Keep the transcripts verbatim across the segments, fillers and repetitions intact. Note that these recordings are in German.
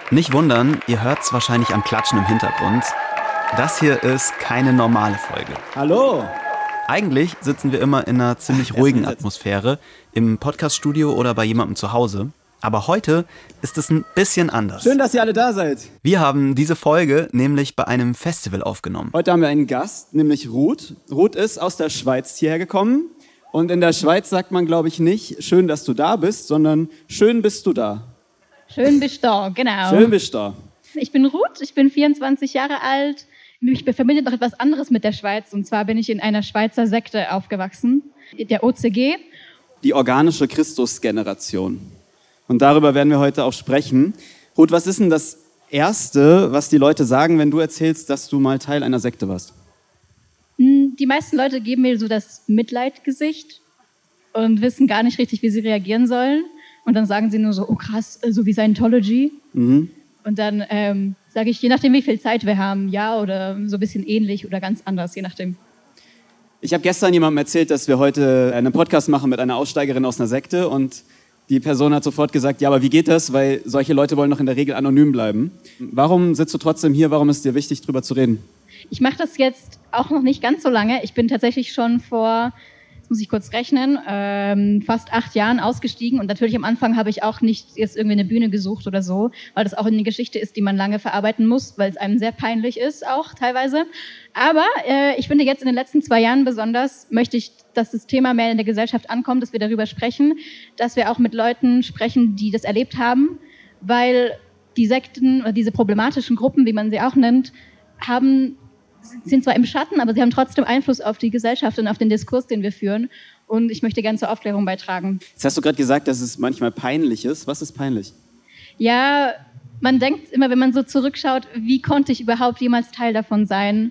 Nicht wundern, ihr hört es wahrscheinlich am Klatschen im Hintergrund. Das hier ist keine normale Folge. Hallo! Eigentlich sitzen wir immer in einer ziemlich ruhigen Atmosphäre, im Podcaststudio oder bei jemandem zu Hause. Aber heute ist es ein bisschen anders. Schön, dass ihr alle da seid. Wir haben diese Folge nämlich bei einem Festival aufgenommen. Heute haben wir einen Gast, nämlich Ruth. Ruth ist aus der Schweiz hierher gekommen. Und in der Schweiz sagt man, glaube ich, nicht, schön, dass du da bist, sondern schön bist du da. Schön bist du da, genau. Schön bist du da. Ich bin Ruth, ich bin vierundzwanzig Jahre alt. Mich verbindet noch etwas anderes mit der Schweiz. Und zwar bin ich in einer Schweizer Sekte aufgewachsen, der O C G. Die organische Christusgeneration. Und darüber werden wir heute auch sprechen. Ruth, was ist denn das Erste, was die Leute sagen, wenn du erzählst, dass du mal Teil einer Sekte warst? Die meisten Leute geben mir so das Mitleidgesicht und wissen gar nicht richtig, wie sie reagieren sollen. Und dann sagen sie nur so, oh krass, so wie Scientology. Mhm. Und dann ähm, sage ich, je nachdem, wie viel Zeit wir haben, ja oder so ein bisschen ähnlich oder ganz anders, je nachdem. Ich habe gestern jemandem erzählt, dass wir heute einen Podcast machen mit einer Aussteigerin aus einer Sekte und die Person hat sofort gesagt, ja, aber wie geht das? Weil solche Leute wollen doch in der Regel anonym bleiben. Warum sitzt du trotzdem hier? Warum ist dir wichtig, darüber zu reden? Ich mache das jetzt auch noch nicht ganz so lange. Ich bin tatsächlich schon vor, jetzt muss ich kurz rechnen, ähm, fast acht Jahren ausgestiegen. Und natürlich am Anfang habe ich auch nicht jetzt irgendwie eine Bühne gesucht oder so, weil das auch eine Geschichte ist, die man lange verarbeiten muss, weil es einem sehr peinlich ist auch teilweise. Aber äh, ich finde jetzt in den letzten zwei Jahren besonders, möchte ich, dass das Thema mehr in der Gesellschaft ankommt, dass wir darüber sprechen, dass wir auch mit Leuten sprechen, die das erlebt haben, weil die Sekten oder diese problematischen Gruppen, wie man sie auch nennt, haben, sind zwar im Schatten, aber sie haben trotzdem Einfluss auf die Gesellschaft und auf den Diskurs, den wir führen. Und ich möchte gerne zur Aufklärung beitragen. Jetzt hast du gerade gesagt, dass es manchmal peinlich ist. Was ist peinlich? Ja, man denkt immer, wenn man so zurückschaut, wie konnte ich überhaupt jemals Teil davon sein?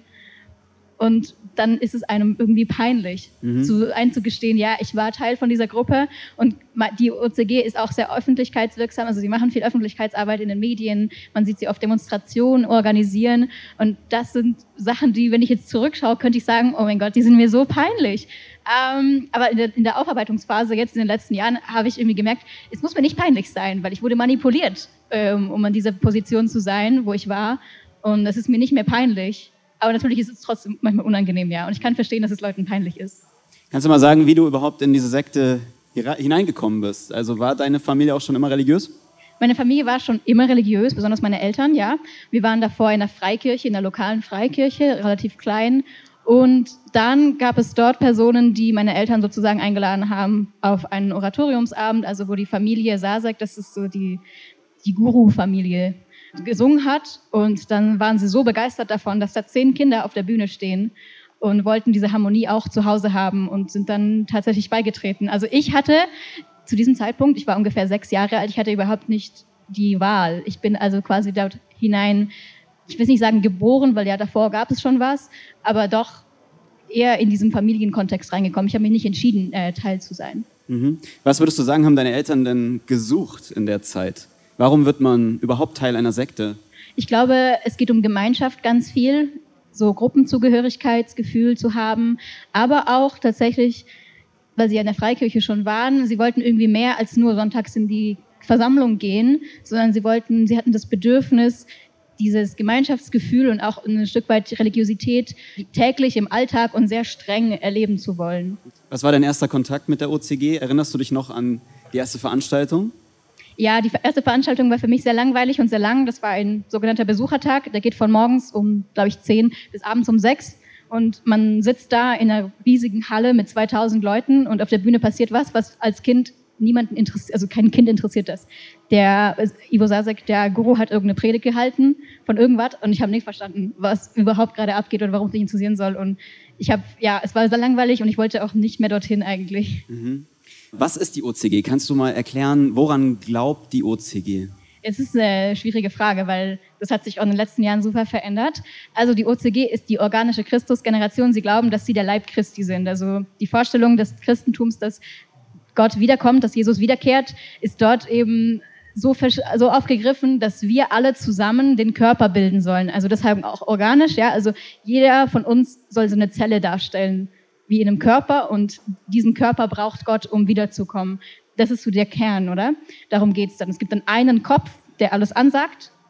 Und dann ist es einem irgendwie peinlich, mhm. zu, einzugestehen, ja, ich war Teil von dieser Gruppe und die O C G ist auch sehr öffentlichkeitswirksam, also sie machen viel Öffentlichkeitsarbeit in den Medien, man sieht sie auf Demonstrationen organisieren und das sind Sachen, die, wenn ich jetzt zurückschaue, könnte ich sagen, oh mein Gott, die sind mir so peinlich. Ähm, aber in der, in der Aufarbeitungsphase jetzt in den letzten Jahren habe ich irgendwie gemerkt, es muss mir nicht peinlich sein, weil ich wurde manipuliert, ähm, um an dieser Position zu sein, wo ich war und es ist mir nicht mehr peinlich. Aber natürlich ist es trotzdem manchmal unangenehm, ja. Und ich kann verstehen, dass es Leuten peinlich ist. Kannst du mal sagen, wie du überhaupt in diese Sekte hineingekommen bist? Also war deine Familie auch schon immer religiös? Meine Familie war schon immer religiös, besonders meine Eltern, ja. Wir waren davor in einer Freikirche, in einer lokalen Freikirche, relativ klein. Und dann gab es dort Personen, die meine Eltern sozusagen eingeladen haben auf einen Oratoriumsabend, also wo die Familie Sasek, das ist so die, die Guru-Familie, gesungen hat und dann waren sie so begeistert davon, dass da zehn Kinder auf der Bühne stehen und wollten diese Harmonie auch zu Hause haben und sind dann tatsächlich beigetreten. Also ich hatte zu diesem Zeitpunkt, ich war ungefähr sechs Jahre alt, ich hatte überhaupt nicht die Wahl. Ich bin also quasi dort hinein, ich will nicht sagen geboren, weil ja davor gab es schon was, aber doch eher in diesen Familienkontext reingekommen. Ich habe mich nicht entschieden, äh, Teil zu sein. Mhm. Was würdest du sagen, haben deine Eltern denn gesucht in der Zeit? Warum wird man überhaupt Teil einer Sekte? Ich glaube, es geht um Gemeinschaft ganz viel, so Gruppenzugehörigkeitsgefühl zu haben, aber auch tatsächlich, weil sie ja in der Freikirche schon waren, sie wollten irgendwie mehr als nur sonntags in die Versammlung gehen, sondern sie wollten, sie hatten das Bedürfnis, dieses Gemeinschaftsgefühl und auch ein Stück weit Religiosität täglich im Alltag und sehr streng erleben zu wollen. Was war dein erster Kontakt mit der O C G? Erinnerst du dich noch an die erste Veranstaltung? Ja, die erste Veranstaltung war für mich sehr langweilig und sehr lang. Das war ein sogenannter Besuchertag. Der geht von morgens um, glaube ich, zehn bis abends um sechs. Und man sitzt da in einer riesigen Halle mit zweitausend Leuten und auf der Bühne passiert was, was als Kind niemanden interessiert, also kein Kind interessiert das. Der Ivo Sasek, der Guru, hat irgendeine Predigt gehalten von irgendwas und ich habe nicht verstanden, was überhaupt gerade abgeht oder warum es mich interessieren soll. Und ich habe, ja, es war sehr langweilig und ich wollte auch nicht mehr dorthin eigentlich. Mhm. Was ist die O C G? Kannst du mal erklären, woran glaubt die O C G? Es ist eine schwierige Frage, weil das hat sich auch in den letzten Jahren super verändert. Also die O C G ist die organische Christusgeneration. Sie glauben, dass sie der Leib Christi sind. Also die Vorstellung des Christentums, dass Gott wiederkommt, dass Jesus wiederkehrt, ist dort eben so, so aufgegriffen, dass wir alle zusammen den Körper bilden sollen. Also deshalb auch organisch, ja. Also jeder von uns soll so eine Zelle darstellen, wie in einem Körper, und diesen Körper braucht Gott, um wiederzukommen. Das ist so der Kern, oder? Darum geht's dann. Es gibt dann einen Kopf, der alles ansagt,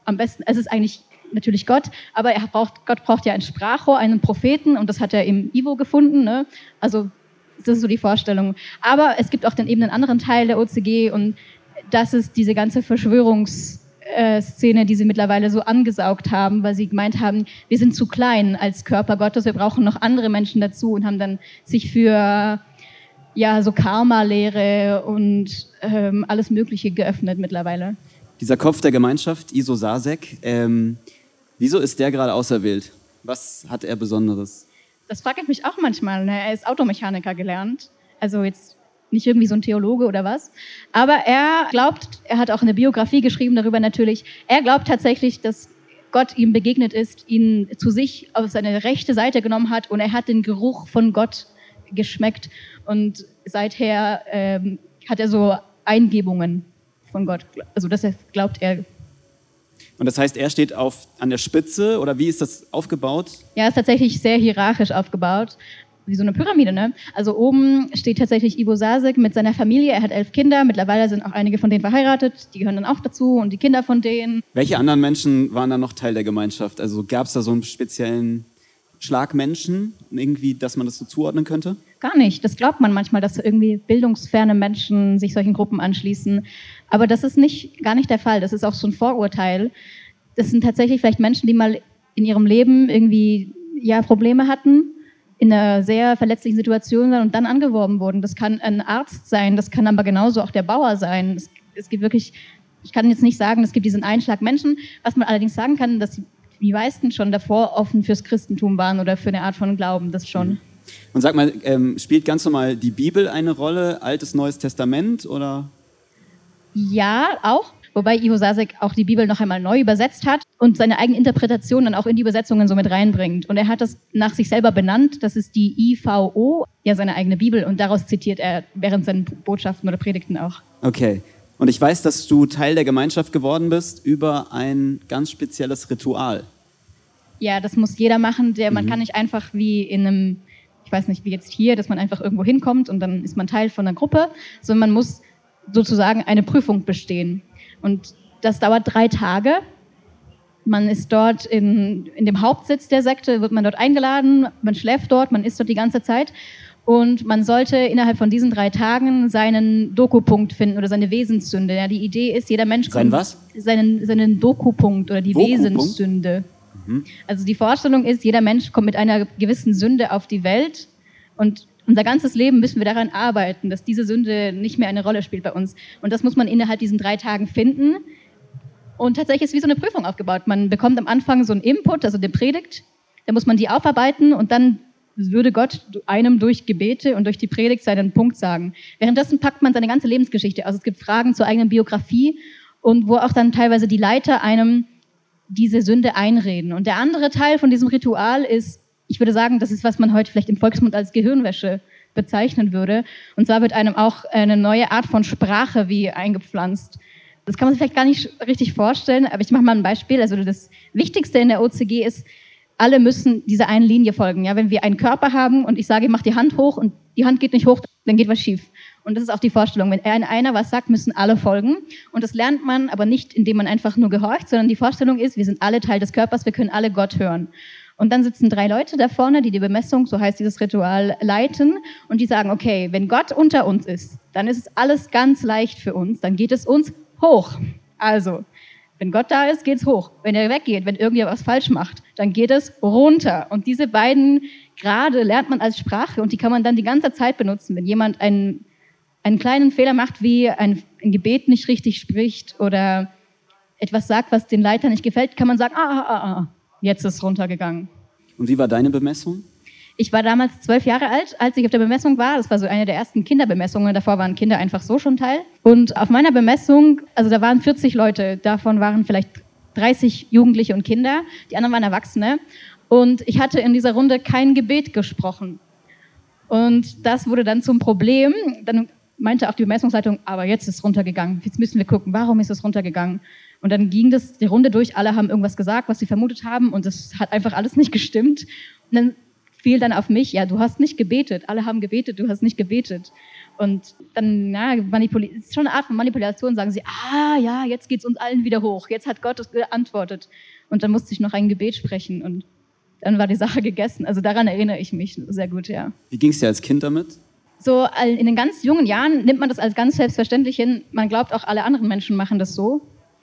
am besten, es ist eigentlich natürlich Gott, aber er braucht, Gott braucht ja ein Sprachrohr, einen Propheten und das hat er im Ivo gefunden. Ne? Also das ist so die Vorstellung. Aber es gibt auch dann eben einen anderen Teil der O C G und das ist diese ganze Verschwörungsszene, die sie mittlerweile so angesaugt haben, weil sie gemeint haben, wir sind zu klein als Körper Gottes, wir brauchen noch andere Menschen dazu und haben dann sich für ja, so Karma-Lehre und ähm, alles Mögliche geöffnet mittlerweile. Dieser Kopf der Gemeinschaft, Iso Sasek, ähm, wieso ist der gerade auserwählt? Was hat er Besonderes? Das frage ich mich auch manchmal. Ne? Er ist Automechaniker gelernt, also jetzt nicht irgendwie so ein Theologe oder was. Aber er glaubt, er hat auch eine Biografie geschrieben darüber natürlich, er glaubt tatsächlich, dass Gott ihm begegnet ist, ihn zu sich auf seine rechte Seite genommen hat und er hat den Geruch von Gott geschmeckt und seither ähm, hat er so Eingebungen von Gott. Also das glaubt er. Und das heißt, er steht auf, an der Spitze oder wie ist das aufgebaut? Ja, ist tatsächlich sehr hierarchisch aufgebaut. Wie so eine Pyramide, ne? Also oben steht tatsächlich Ivo Sasek mit seiner Familie. Er hat elf Kinder. Mittlerweile sind auch einige von denen verheiratet. Die gehören dann auch dazu und die Kinder von denen. Welche anderen Menschen waren dann noch Teil der Gemeinschaft? Also gab es da so einen speziellen Schlagmenschen, irgendwie, dass man das so zuordnen könnte? Gar nicht. Das glaubt man manchmal, dass irgendwie bildungsferne Menschen sich solchen Gruppen anschließen. Aber das ist nicht, gar nicht der Fall. Das ist auch so ein Vorurteil. Das sind tatsächlich vielleicht Menschen, die mal in ihrem Leben irgendwie ja, Probleme hatten, in einer sehr verletzlichen Situation waren und dann angeworben wurden. Das kann ein Arzt sein, das kann aber genauso auch der Bauer sein. Es, es gibt wirklich, ich kann jetzt nicht sagen, es gibt diesen Einschlag Menschen. Was man allerdings sagen kann, dass die, die meisten schon davor offen fürs Christentum waren oder für eine Art von Glauben, das schon. Und sag mal, ähm, spielt ganz normal die Bibel eine Rolle, Altes, Neues Testament oder? Ja, auch. Wobei Ivo Sasek auch die Bibel noch einmal neu übersetzt hat und seine eigene Interpretation dann auch in die Übersetzungen so mit reinbringt. Und er hat das nach sich selber benannt, das ist die I V O, ja seine eigene Bibel, und daraus zitiert er während seinen Botschaften oder Predigten auch. Okay. Und ich weiß, dass du Teil der Gemeinschaft geworden bist über ein ganz spezielles Ritual. Ja, das muss jeder machen. Der, man mhm. kann nicht einfach wie in einem, ich weiß nicht, wie jetzt hier, dass man einfach irgendwo hinkommt und dann ist man Teil von einer Gruppe, sondern man muss sozusagen eine Prüfung bestehen. Und das dauert drei Tage. Man ist dort in, in dem Hauptsitz der Sekte, wird man dort eingeladen, man schläft dort, man isst dort die ganze Zeit. Und man sollte innerhalb von diesen drei Tagen seinen Dokupunkt finden oder seine Wesenssünde. Ja, die Idee ist, jeder Mensch kommt... Sein was? Seinen, seinen Dokupunkt oder die Dokupunkt? Wesenssünde. Mhm. Also die Vorstellung ist, jeder Mensch kommt mit einer gewissen Sünde auf die Welt und unser ganzes Leben müssen wir daran arbeiten, dass diese Sünde nicht mehr eine Rolle spielt bei uns. Und das muss man innerhalb diesen drei Tagen finden. Und tatsächlich ist es wie so eine Prüfung aufgebaut. Man bekommt am Anfang so einen Input, also eine Predigt. Da muss man die aufarbeiten und dann würde Gott einem durch Gebete und durch die Predigt seinen Punkt sagen. Währenddessen packt man seine ganze Lebensgeschichte aus. Es gibt Fragen zur eigenen Biografie und wo auch dann teilweise die Leiter einem diese Sünde einreden. Und der andere Teil von diesem Ritual ist, ich würde sagen, das ist, was man heute vielleicht im Volksmund als Gehirnwäsche bezeichnen würde. Und zwar wird einem auch eine neue Art von Sprache wie eingepflanzt. Das kann man sich vielleicht gar nicht richtig vorstellen, aber ich mache mal ein Beispiel. Also das Wichtigste in der O C G ist, alle müssen dieser einen Linie folgen. Ja, wenn wir einen Körper haben und ich sage, ich mache die Hand hoch und die Hand geht nicht hoch, dann geht was schief. Und das ist auch die Vorstellung. Wenn einer was sagt, müssen alle folgen. Und das lernt man aber nicht, indem man einfach nur gehorcht, sondern die Vorstellung ist, wir sind alle Teil des Körpers, wir können alle Gott hören. Und dann sitzen drei Leute da vorne, die die Bemessung, so heißt dieses Ritual, leiten. Und die sagen, okay, wenn Gott unter uns ist, dann ist es alles ganz leicht für uns. Dann geht es uns hoch. Also, wenn Gott da ist, geht es hoch. Wenn er weggeht, wenn irgendjemand was falsch macht, dann geht es runter. Und diese beiden Grade lernt man als Sprache und die kann man dann die ganze Zeit benutzen. Wenn jemand einen, einen kleinen Fehler macht, wie ein, ein Gebet nicht richtig spricht oder etwas sagt, was den Leitern nicht gefällt, kann man sagen, ah, ah, ah, ah. Jetzt ist es runtergegangen. Und wie war deine Bemessung? Ich war damals zwölf Jahre alt, als ich auf der Bemessung war. Das war so eine der ersten Kinderbemessungen. Davor waren Kinder einfach so schon Teil. Und auf meiner Bemessung, also da waren vierzig Leute. Davon waren vielleicht dreißig Jugendliche und Kinder. Die anderen waren Erwachsene. Und ich hatte in dieser Runde kein Gebet gesprochen. Und das wurde dann zum Problem. Dann meinte auch die Bemessungsleitung, aber jetzt ist es runtergegangen. Jetzt müssen wir gucken, warum ist es runtergegangen? Und dann ging das die Runde durch, alle haben irgendwas gesagt, was sie vermutet haben und es hat einfach alles nicht gestimmt. Und dann fiel dann auf mich, ja, du hast nicht gebetet, alle haben gebetet, du hast nicht gebetet. Und dann, na, manipuli- ist schon eine Art von Manipulation, sagen sie, ah ja, jetzt geht's uns allen wieder hoch, jetzt hat Gott geantwortet. Und dann musste ich noch ein Gebet sprechen und dann war die Sache gegessen. Also daran erinnere ich mich sehr gut, ja. Wie ging es dir als Kind damit? So in den ganz jungen Jahren nimmt man das als ganz selbstverständlich hin. Man glaubt, auch alle anderen Menschen machen das so.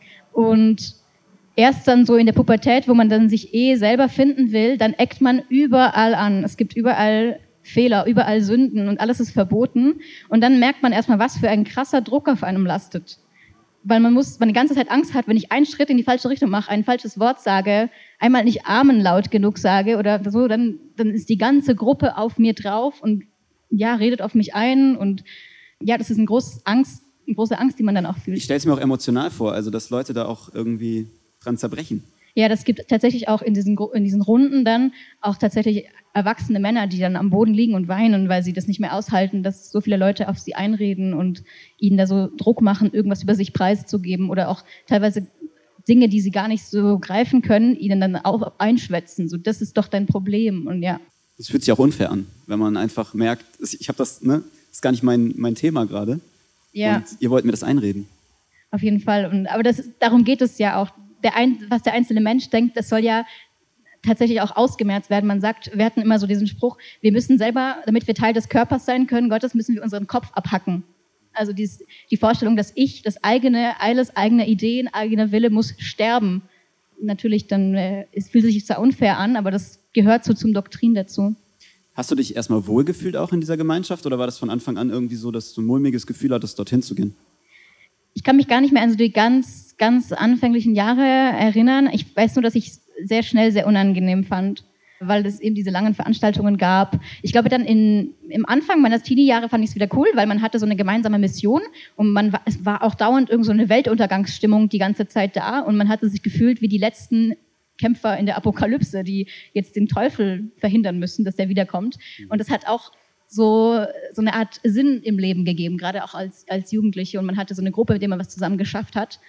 Und erst dann so in der Pubertät, wo man dann sich eh selber finden will, dann eckt man überall an. Es gibt überall Fehler, überall Sünden und alles ist verboten. Und dann merkt man erstmal, was für ein krasser Druck auf einem lastet. Weil man muss, man die ganze Zeit Angst hat, wenn ich einen Schritt in die falsche Richtung mache, ein falsches Wort sage, einmal nicht Amen laut genug sage oder so, dann, dann ist die ganze Gruppe auf mir drauf und ja, redet auf mich ein. Und ja, das ist ein großes Angst, eine große Angst, die man dann auch fühlt. Ich stelle es mir auch emotional vor, also dass Leute da auch irgendwie dran zerbrechen. Ja, das gibt tatsächlich auch in diesen, in diesen Runden dann auch tatsächlich erwachsene Männer, die dann am Boden liegen und weinen, weil sie das nicht mehr aushalten, dass so viele Leute auf sie einreden und ihnen da so Druck machen, irgendwas über sich preiszugeben oder auch teilweise Dinge, die sie gar nicht so greifen können, ihnen dann auch einschwätzen. So, das ist doch dein Problem und ja. Das fühlt sich auch unfair an, wenn man einfach merkt, ich habe das, ne, das ist gar nicht mein, mein Thema gerade. Ja. Und ihr wollt mir das einreden. Auf jeden Fall. Und, aber das, darum geht es ja auch. Der ein, was der einzelne Mensch denkt, das soll ja tatsächlich auch ausgemerzt werden. Man sagt, wir hatten immer so diesen Spruch, wir müssen selber, damit wir Teil des Körpers sein können, Gottes, müssen wir unseren Kopf abhacken. Also dies, die Vorstellung, dass ich, das eigene, alles eigene Ideen, eigener Wille muss sterben. Natürlich, dann äh, es fühlt sich zwar unfair an, aber das gehört so zum Doktrin dazu. Hast du dich erstmal wohlgefühlt auch in dieser Gemeinschaft oder war das von Anfang an irgendwie so, dass du ein mulmiges Gefühl hattest, dorthin zu gehen? Ich kann mich gar nicht mehr an so die ganz, ganz anfänglichen Jahre erinnern. Ich weiß nur, dass ich es sehr schnell sehr unangenehm fand, weil es eben diese langen Veranstaltungen gab. Ich glaube, dann in, im Anfang meiner Teenie-Jahre fand ich es wieder cool, weil man hatte so eine gemeinsame Mission und man war, es war auch dauernd irgend so eine Weltuntergangsstimmung die ganze Zeit da und man hatte sich gefühlt wie die letzten Kämpfer in der Apokalypse, die jetzt den Teufel verhindern müssen, dass der wiederkommt. Und das hat auch so, so eine Art Sinn im Leben gegeben, gerade auch als, als Jugendliche. Und man hatte so eine Gruppe, mit der man was zusammen geschafft hat.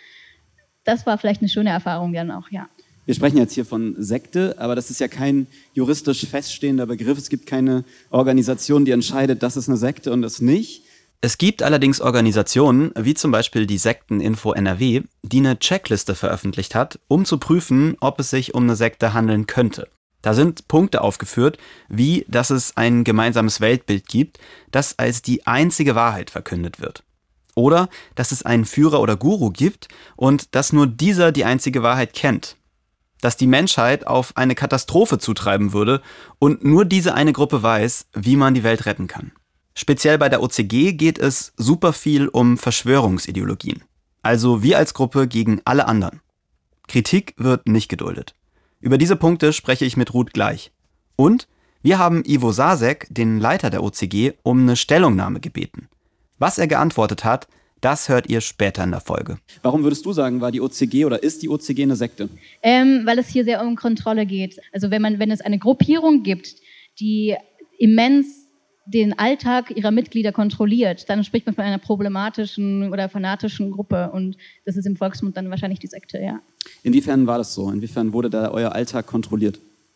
Das war vielleicht eine schöne Erfahrung dann auch, ja. Wir sprechen jetzt hier von Sekte, aber das ist ja kein juristisch feststehender Begriff. Es gibt keine Organisation, die entscheidet, das ist eine Sekte und das nicht. Es gibt allerdings Organisationen, wie zum Beispiel die Sekteninfo N R W, die eine Checkliste veröffentlicht hat, um zu prüfen, ob es sich um eine Sekte handeln könnte. Da sind Punkte aufgeführt, wie dass es ein gemeinsames Weltbild gibt, das als die einzige Wahrheit verkündet wird. Oder dass es einen Führer oder Guru gibt und dass nur dieser die einzige Wahrheit kennt. Dass die Menschheit auf eine Katastrophe zutreiben würde und nur diese eine Gruppe weiß, wie man die Welt retten kann. Speziell bei der O C G geht es super viel um Verschwörungsideologien. Also wir als Gruppe gegen alle anderen. Kritik wird nicht geduldet. Über diese Punkte spreche ich mit Ruth gleich. Und wir haben Ivo Sasek, den Leiter der O C G, um eine Stellungnahme gebeten. Was er geantwortet hat, das hört ihr später in der Folge. Warum würdest du sagen, war die O C G oder ist die O C G eine Sekte? Ähm, weil es hier sehr um Kontrolle geht. Also wenn man, wenn es eine Gruppierung gibt, die immens den Alltag ihrer Mitglieder kontrolliert, dann spricht man von einer problematischen oder fanatischen Gruppe und das ist im Volksmund dann wahrscheinlich die Sekte, ja. Inwiefern war das so? Inwiefern wurde da euer Alltag kontrolliert?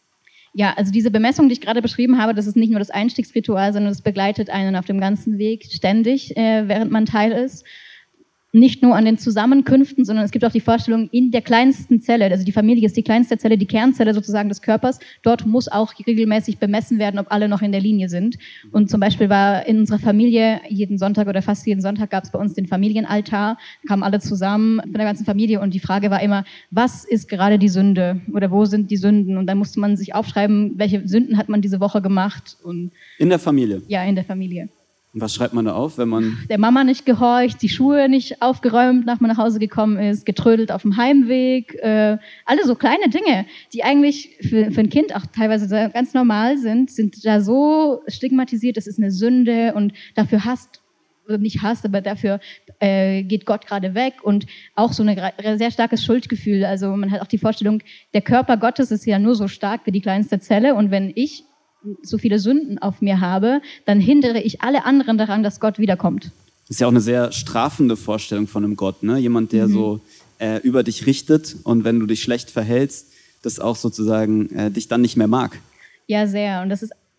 Ja, also diese Bemessung, die ich gerade beschrieben habe, das ist nicht nur das Einstiegsritual, sondern das begleitet einen auf dem ganzen Weg ständig, äh, während man Teil ist. Nicht nur an den Zusammenkünften, sondern es gibt auch die Vorstellung in der kleinsten Zelle, also die Familie ist die kleinste Zelle, die Kernzelle sozusagen des Körpers. Dort muss auch regelmäßig bemessen werden, ob alle noch in der Linie sind. Und zum Beispiel war in unserer Familie jeden Sonntag oder fast jeden Sonntag gab es bei uns den Familienaltar, kamen alle zusammen von der ganzen Familie und die Frage war immer, was ist gerade die Sünde oder wo sind die Sünden? Und dann musste man sich aufschreiben, welche Sünden hat man diese Woche gemacht. Und in der Familie? Ja, in der Familie. Und was schreibt man da auf, wenn man... Der Mama nicht gehorcht, die Schuhe nicht aufgeräumt, nachdem man nach Hause gekommen ist, getrödelt auf dem Heimweg. Äh, alle so kleine Dinge, die eigentlich für, für ein Kind auch teilweise ganz normal sind, sind da so stigmatisiert, das ist eine Sünde und dafür hasst, oder nicht hasst, aber dafür äh, geht Gott gerade weg. Und auch so ein sehr starkes Schuldgefühl. Also man hat auch die Vorstellung, der Körper Gottes ist ja nur so stark wie die kleinste Zelle und wenn ich so viele Sünden auf mir habe, dann hindere ich alle anderen daran, dass Gott wiederkommt. Das ist ja auch eine sehr strafende Vorstellung von einem Gott, ne? Jemand, der mhm. so äh, über dich richtet und wenn du dich schlecht verhältst, das auch sozusagen äh, dich dann nicht mehr mag. Ja, sehr. Und das ist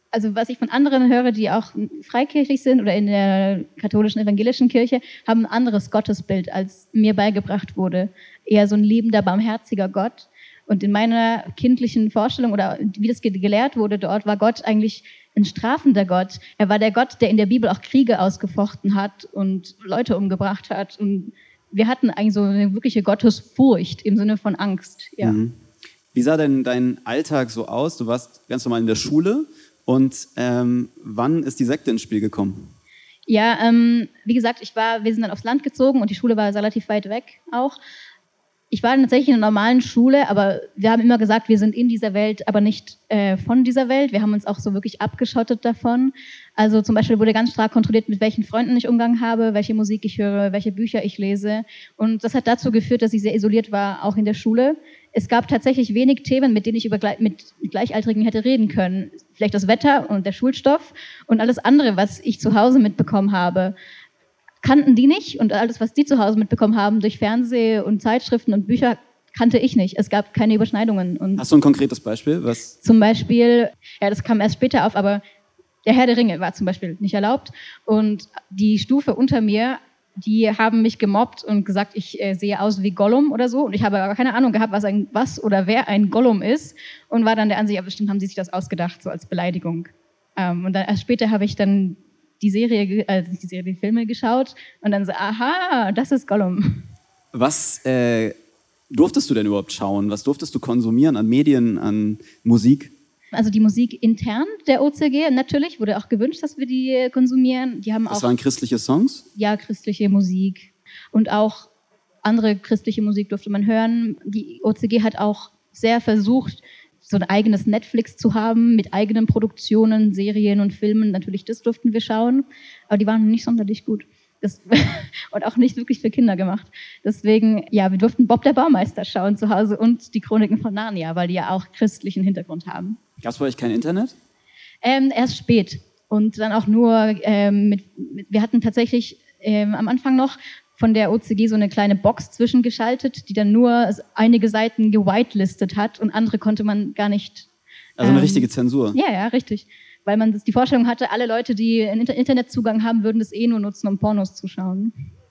also was ich von anderen höre, die auch freikirchlich sind oder in der katholischen, evangelischen Kirche, haben ein anderes Gottesbild, als mir beigebracht wurde. Eher so ein liebender, barmherziger Gott. Und in meiner kindlichen Vorstellung oder wie das gelehrt wurde dort, war Gott eigentlich ein strafender Gott. Er war der Gott, der in der Bibel auch Kriege ausgefochten hat und Leute umgebracht hat. Und wir hatten eigentlich so eine wirkliche Gottesfurcht im Sinne von Angst. Ja. Mhm. Wie sah denn dein Alltag so aus? Du warst ganz normal in der Schule. Und ähm, wann ist die Sekte ins Spiel gekommen? Ja, ähm, wie gesagt, ich war, wir sind dann aufs Land gezogen und die Schule war relativ weit weg auch. Ich war tatsächlich in einer normalen Schule, aber wir haben immer gesagt, wir sind in dieser Welt, aber nicht äh, von dieser Welt. Wir haben uns auch so wirklich abgeschottet davon. Also zum Beispiel wurde ganz stark kontrolliert, mit welchen Freunden ich Umgang habe, welche Musik ich höre, welche Bücher ich lese. Und das hat dazu geführt, dass ich sehr isoliert war, auch in der Schule. Es gab tatsächlich wenig Themen, mit denen ich über, mit Gleichaltrigen hätte reden können. Vielleicht das Wetter und der Schulstoff und alles andere, was ich zu Hause mitbekommen habe, kannten die nicht. Und alles, was die zu Hause mitbekommen haben, durch Fernseh und Zeitschriften und Bücher, kannte ich nicht. Es gab keine Überschneidungen. Und hast du ein konkretes Beispiel? Was? Zum Beispiel, ja, das kam erst später auf, aber der Herr der Ringe war zum Beispiel nicht erlaubt. Und die Stufe unter mir, die haben mich gemobbt und gesagt, ich äh, sehe aus wie Gollum oder so. Und ich habe aber keine Ahnung gehabt, was, ein, was oder wer ein Gollum ist. Und war dann der Ansicht, ja, bestimmt haben sie sich das ausgedacht, so als Beleidigung. Ähm, und dann erst später habe ich dann die Serie, äh, die Serie, die Filme geschaut und dann so, aha, das ist Gollum. Was äh, durftest du denn überhaupt schauen? Was durftest du konsumieren an Medien, an Musik? Also die Musik intern der O C G, natürlich, wurde auch gewünscht, dass wir die konsumieren. Die haben das auch, waren christliche Songs? Ja, christliche Musik. Und auch andere christliche Musik durfte man hören. Die O C G hat auch sehr versucht, so ein eigenes Netflix zu haben mit eigenen Produktionen, Serien und Filmen. Natürlich, das durften wir schauen, aber die waren nicht sonderlich gut. Das, und auch nicht wirklich für Kinder gemacht. Deswegen, ja, wir durften Bob der Baumeister schauen zu Hause und die Chroniken von Narnia, weil die ja auch christlichen Hintergrund haben. Gab es bei euch kein Internet? Ähm, erst spät. Und dann auch nur ähm, mit, mit, wir hatten tatsächlich ähm, am Anfang noch von der O C G so eine kleine Box zwischengeschaltet, die dann nur einige Seiten gewitelistet hat und andere konnte man gar nicht. Also eine ähm, richtige Zensur? Ja, ja, richtig. Weil man das, die Vorstellung hatte, alle Leute, die einen Internetzugang haben, würden das eh nur nutzen, um Pornos zu schauen.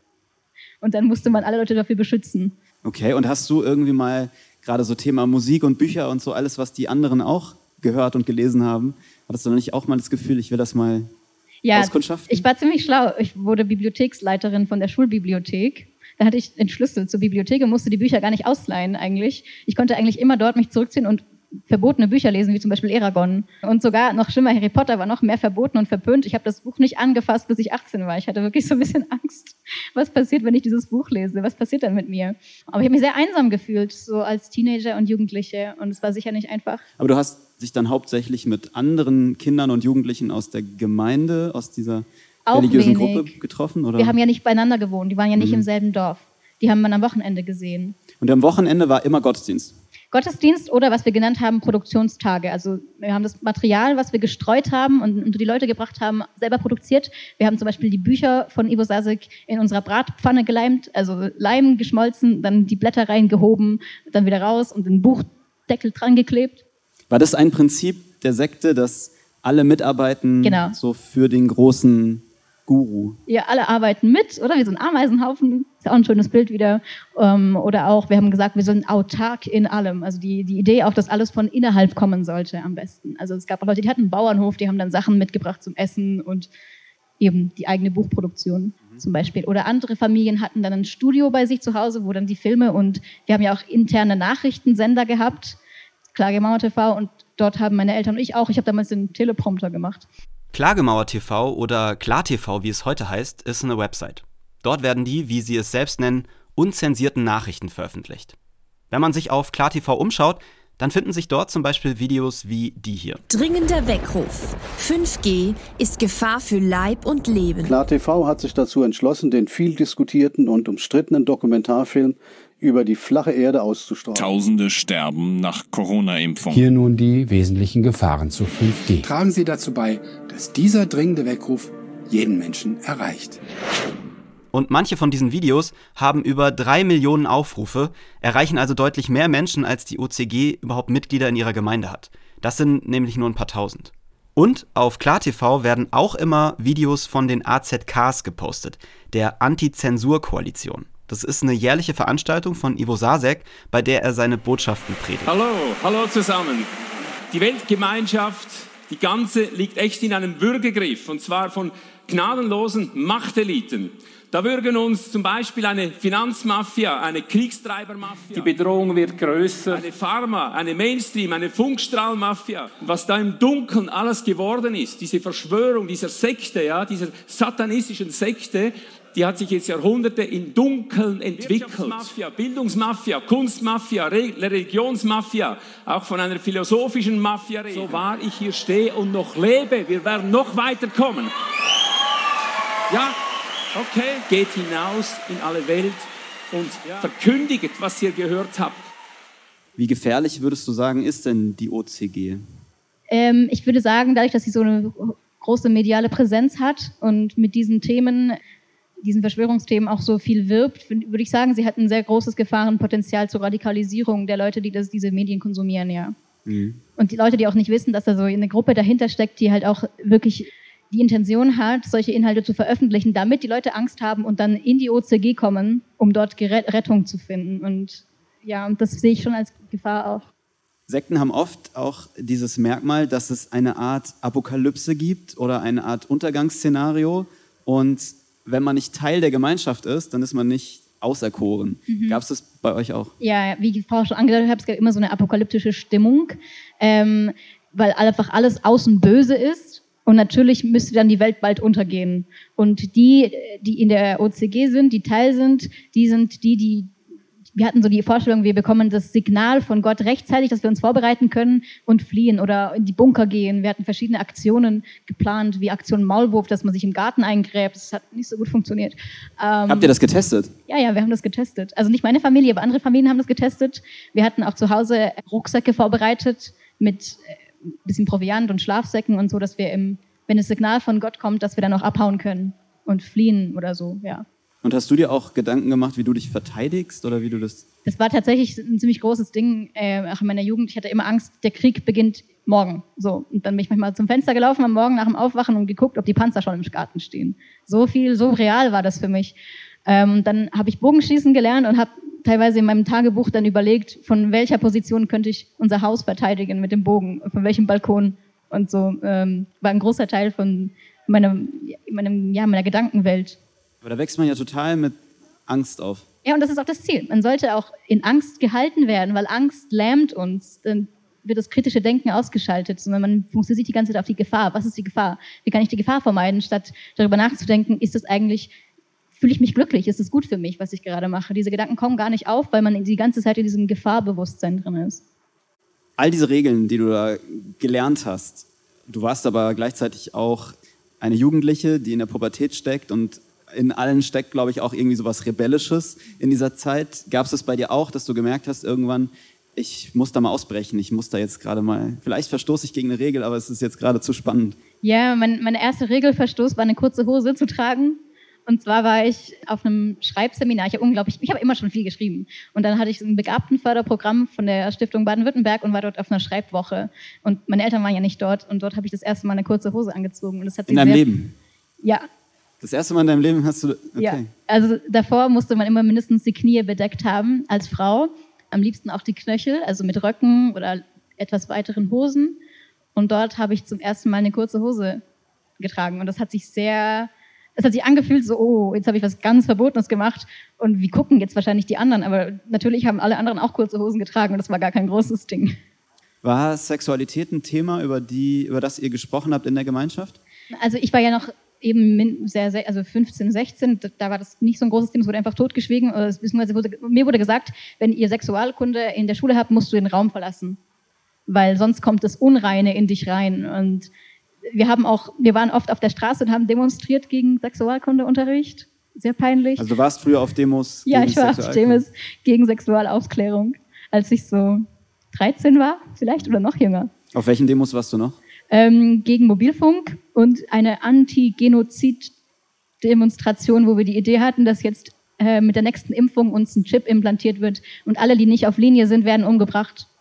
Und dann musste man alle Leute dafür beschützen. Okay, und hast du irgendwie mal gerade so Thema Musik und Bücher und so alles, was die anderen auch gehört und gelesen haben, hattest du noch nicht auch mal das Gefühl, ich will das mal ja, auskundschaften? Ich war ziemlich schlau. Ich wurde Bibliotheksleiterin von der Schulbibliothek. Da hatte ich den Schlüssel zur Bibliothek und musste die Bücher gar nicht ausleihen eigentlich. Ich konnte eigentlich immer dort mich zurückziehen und verbotene Bücher lesen, wie zum Beispiel Eragon. Und sogar noch schlimmer, Harry Potter war noch mehr verboten und verpönt. Ich habe das Buch nicht angefasst, bis ich achtzehn war. Ich hatte wirklich so ein bisschen Angst. Was passiert, wenn ich dieses Buch lese? Was passiert dann mit mir? Aber ich habe mich sehr einsam gefühlt, so als Teenager und Jugendliche. Und es war sicher nicht einfach. Aber du hast dich dann hauptsächlich mit anderen Kindern und Jugendlichen aus der Gemeinde, aus dieser Auch religiösen wenig. Gruppe getroffen? Oder? Wir haben ja nicht beieinander gewohnt. Die waren ja nicht Mhm. im selben Dorf. Die haben wir am Wochenende gesehen. Und am Wochenende war immer Gottesdienst? Gottesdienst oder was wir genannt haben, Produktionstage. Also wir haben das Material, was wir gestreut haben und unter die Leute gebracht haben, selber produziert. Wir haben zum Beispiel die Bücher von Ivo Sasek in unserer Bratpfanne geleimt, also Leim geschmolzen, dann die Blätter reingehoben, dann wieder raus und den Buchdeckel dran geklebt. War das ein Prinzip der Sekte, dass alle mitarbeiten Genau. so für den großen Guru? Ja, alle arbeiten mit, oder? Wir sind Ameisenhaufen, ist auch ein schönes Bild wieder. Ähm, oder auch, wir haben gesagt, wir sind autark in allem. Also die, die Idee auch, dass alles von innerhalb kommen sollte am besten. Also es gab auch Leute, die hatten einen Bauernhof, die haben dann Sachen mitgebracht zum Essen und eben die eigene Buchproduktion mhm. zum Beispiel. Oder andere Familien hatten dann ein Studio bei sich zu Hause, wo dann die Filme und wir haben ja auch interne Nachrichtensender gehabt, Klagemauer T V, und dort haben meine Eltern und ich auch, ich habe damals den Teleprompter gemacht. Klagemauer T V oder KlarTV, wie es heute heißt, ist eine Website. Dort werden die, wie sie es selbst nennen, unzensierten Nachrichten veröffentlicht. Wenn man sich auf KlarTV umschaut, dann finden sich dort zum Beispiel Videos wie die hier. Dringender Weckruf. fünf G ist Gefahr für Leib und Leben. KlarTV hat sich dazu entschlossen, den viel diskutierten und umstrittenen Dokumentarfilm über die flache Erde auszustrahlen. Tausende sterben nach Corona-Impfung. Hier nun die wesentlichen Gefahren zu fünf G. Tragen Sie dazu bei, dass dieser dringende Weckruf jeden Menschen erreicht. Und manche von diesen Videos haben über drei Millionen Aufrufe, erreichen also deutlich mehr Menschen, als die O C G überhaupt Mitglieder in ihrer Gemeinde hat. Das sind nämlich nur ein paar tausend. Und auf KlarTV werden auch immer Videos von den A Z Ks gepostet, der Anti-Zensur-Koalition. Das ist eine jährliche Veranstaltung von Ivo Sasek, bei der er seine Botschaften predigt. Hallo, hallo zusammen. Die Weltgemeinschaft, die ganze, liegt echt in einem Würgegriff, und zwar von gnadenlosen Machteliten. Da würgen uns zum Beispiel eine Finanzmafia, eine Kriegstreibermafia. Die Bedrohung wird größer. Eine Pharma, eine Mainstream, eine Funkstrahlmafia. Was da im Dunkeln alles geworden ist, diese Verschwörung dieser Sekte, ja, dieser satanistischen Sekte, die hat sich jetzt Jahrhunderte im Dunkeln entwickelt. Wirtschaftsmafia, Bildungsmafia, Kunstmafia, Re- Religionsmafia, auch von einer philosophischen Mafia reden. So wahr ich hier stehe und noch lebe, wir werden noch weiterkommen. Ja. Okay, geht hinaus in alle Welt und ja. verkündigt, was ihr gehört habt. Wie gefährlich, würdest du sagen, ist denn die O C G? Ähm, ich würde sagen, dadurch, dass sie so eine große mediale Präsenz hat und mit diesen Themen, diesen Verschwörungsthemen auch so viel wirbt, würde ich sagen, sie hat ein sehr großes Gefahrenpotenzial zur Radikalisierung der Leute, die das, diese Medien konsumieren, ja. Mhm. Und die Leute, die auch nicht wissen, dass da so eine Gruppe dahinter steckt, die halt auch wirklich die Intention hat, solche Inhalte zu veröffentlichen, damit die Leute Angst haben und dann in die O C G kommen, um dort Rettung zu finden. Und ja, und das sehe ich schon als Gefahr auch. Sekten haben oft auch dieses Merkmal, dass es eine Art Apokalypse gibt oder eine Art Untergangsszenario. Und wenn man nicht Teil der Gemeinschaft ist, dann ist man nicht auserkoren. Mhm. Gab es das bei euch auch? Ja, wie ich vorher schon angedeutet habe, es gab immer so eine apokalyptische Stimmung, ähm, weil einfach alles außen böse ist. Und natürlich müsste dann die Welt bald untergehen. Und die, die in der O C G sind, die Teil sind, die sind die, die, wir hatten so die Vorstellung, wir bekommen das Signal von Gott rechtzeitig, dass wir uns vorbereiten können und fliehen oder in die Bunker gehen. Wir hatten verschiedene Aktionen geplant, wie Aktion Maulwurf, dass man sich im Garten eingräbt. Das hat nicht so gut funktioniert. Ähm, Habt ihr das getestet? Ja, ja, wir haben das getestet. Also nicht meine Familie, aber andere Familien haben das getestet. Wir hatten auch zu Hause Rucksäcke vorbereitet mit ein bisschen Proviant und Schlafsäcken und so, dass wir, im, wenn das Signal von Gott kommt, dass wir dann auch abhauen können und fliehen oder so, ja. Und hast du dir auch Gedanken gemacht, wie du dich verteidigst oder wie du das... Das war tatsächlich ein ziemlich großes Ding, äh, auch in meiner Jugend. Ich hatte immer Angst, der Krieg beginnt morgen. So. Und dann bin ich manchmal zum Fenster gelaufen am Morgen nach dem Aufwachen und geguckt, ob die Panzer schon im Garten stehen. So viel, so real war das für mich. Ähm, dann habe ich Bogenschießen gelernt und habe teilweise in meinem Tagebuch dann überlegt, von welcher Position könnte ich unser Haus verteidigen mit dem Bogen, von welchem Balkon und so. Ähm, war ein großer Teil von meinem, meinem, ja, meiner Gedankenwelt. Aber da wächst man ja total mit Angst auf. Ja, und das ist auch das Ziel. Man sollte auch in Angst gehalten werden, weil Angst lähmt uns. Dann wird das kritische Denken ausgeschaltet, sondern man fokussiert sich die ganze Zeit auf die Gefahr. Was ist die Gefahr? Wie kann ich die Gefahr vermeiden, statt darüber nachzudenken, ist das eigentlich... Fühle ich mich glücklich? Ist es gut für mich, was ich gerade mache? Diese Gedanken kommen gar nicht auf, weil man die ganze Zeit in diesem Gefahrbewusstsein drin ist. All diese Regeln, die du da gelernt hast, du warst aber gleichzeitig auch eine Jugendliche, die in der Pubertät steckt und in allen steckt, glaube ich, auch irgendwie sowas Rebellisches in dieser Zeit. Gab es das bei dir auch, dass du gemerkt hast, irgendwann, ich muss da mal ausbrechen, ich muss da jetzt gerade mal, vielleicht verstoße ich gegen eine Regel, aber es ist jetzt gerade zu spannend. Ja, mein, meine erste Regelverstoß war, eine kurze Hose zu tragen. Und zwar war ich auf einem Schreibseminar. Ich habe unglaublich, ich habe immer schon viel geschrieben. Und dann hatte ich ein Begabtenförderprogramm von der Stiftung Baden-Württemberg und war dort auf einer Schreibwoche. Und meine Eltern waren ja nicht dort. Und dort habe ich das erste Mal eine kurze Hose angezogen. Und das hat in deinem sehr, Leben? Ja. Das erste Mal in deinem Leben hast du... Okay. Ja. Also davor musste man immer mindestens die Knie bedeckt haben als Frau. Am liebsten auch die Knöchel, also mit Röcken oder etwas weiteren Hosen. Und dort habe ich zum ersten Mal eine kurze Hose getragen. Und das hat sich sehr... Es hat sich angefühlt so, oh, jetzt habe ich was ganz Verbotenes gemacht und wie gucken jetzt wahrscheinlich die anderen? Aber natürlich haben alle anderen auch kurze Hosen getragen und das war gar kein großes Ding. War Sexualität ein Thema, über, die, über das ihr gesprochen habt in der Gemeinschaft? Also ich war ja noch eben sehr, sehr, also fünfzehn, sechzehn, da war das nicht so ein großes Thema, es wurde einfach totgeschwiegen. Beziehungsweise wurde, mir wurde gesagt, wenn ihr Sexualkunde in der Schule habt, musst du den Raum verlassen, weil sonst kommt das Unreine in dich rein. Und wir haben auch, wir waren oft auf der Straße und haben demonstriert gegen Sexualkundeunterricht. Sehr peinlich. Also du warst früher auf Demos gegen Sexualkunde? Ja, ich war auf Demos gegen Sexualaufklärung, als ich so dreizehn war, vielleicht, oder noch jünger. Auf welchen Demos warst du noch? Ähm, gegen Mobilfunk und eine Anti-Genozid-Demonstration, wo wir die Idee hatten, dass jetzt äh, mit der nächsten Impfung uns ein Chip implantiert wird und alle, die nicht auf Linie sind, werden umgebracht.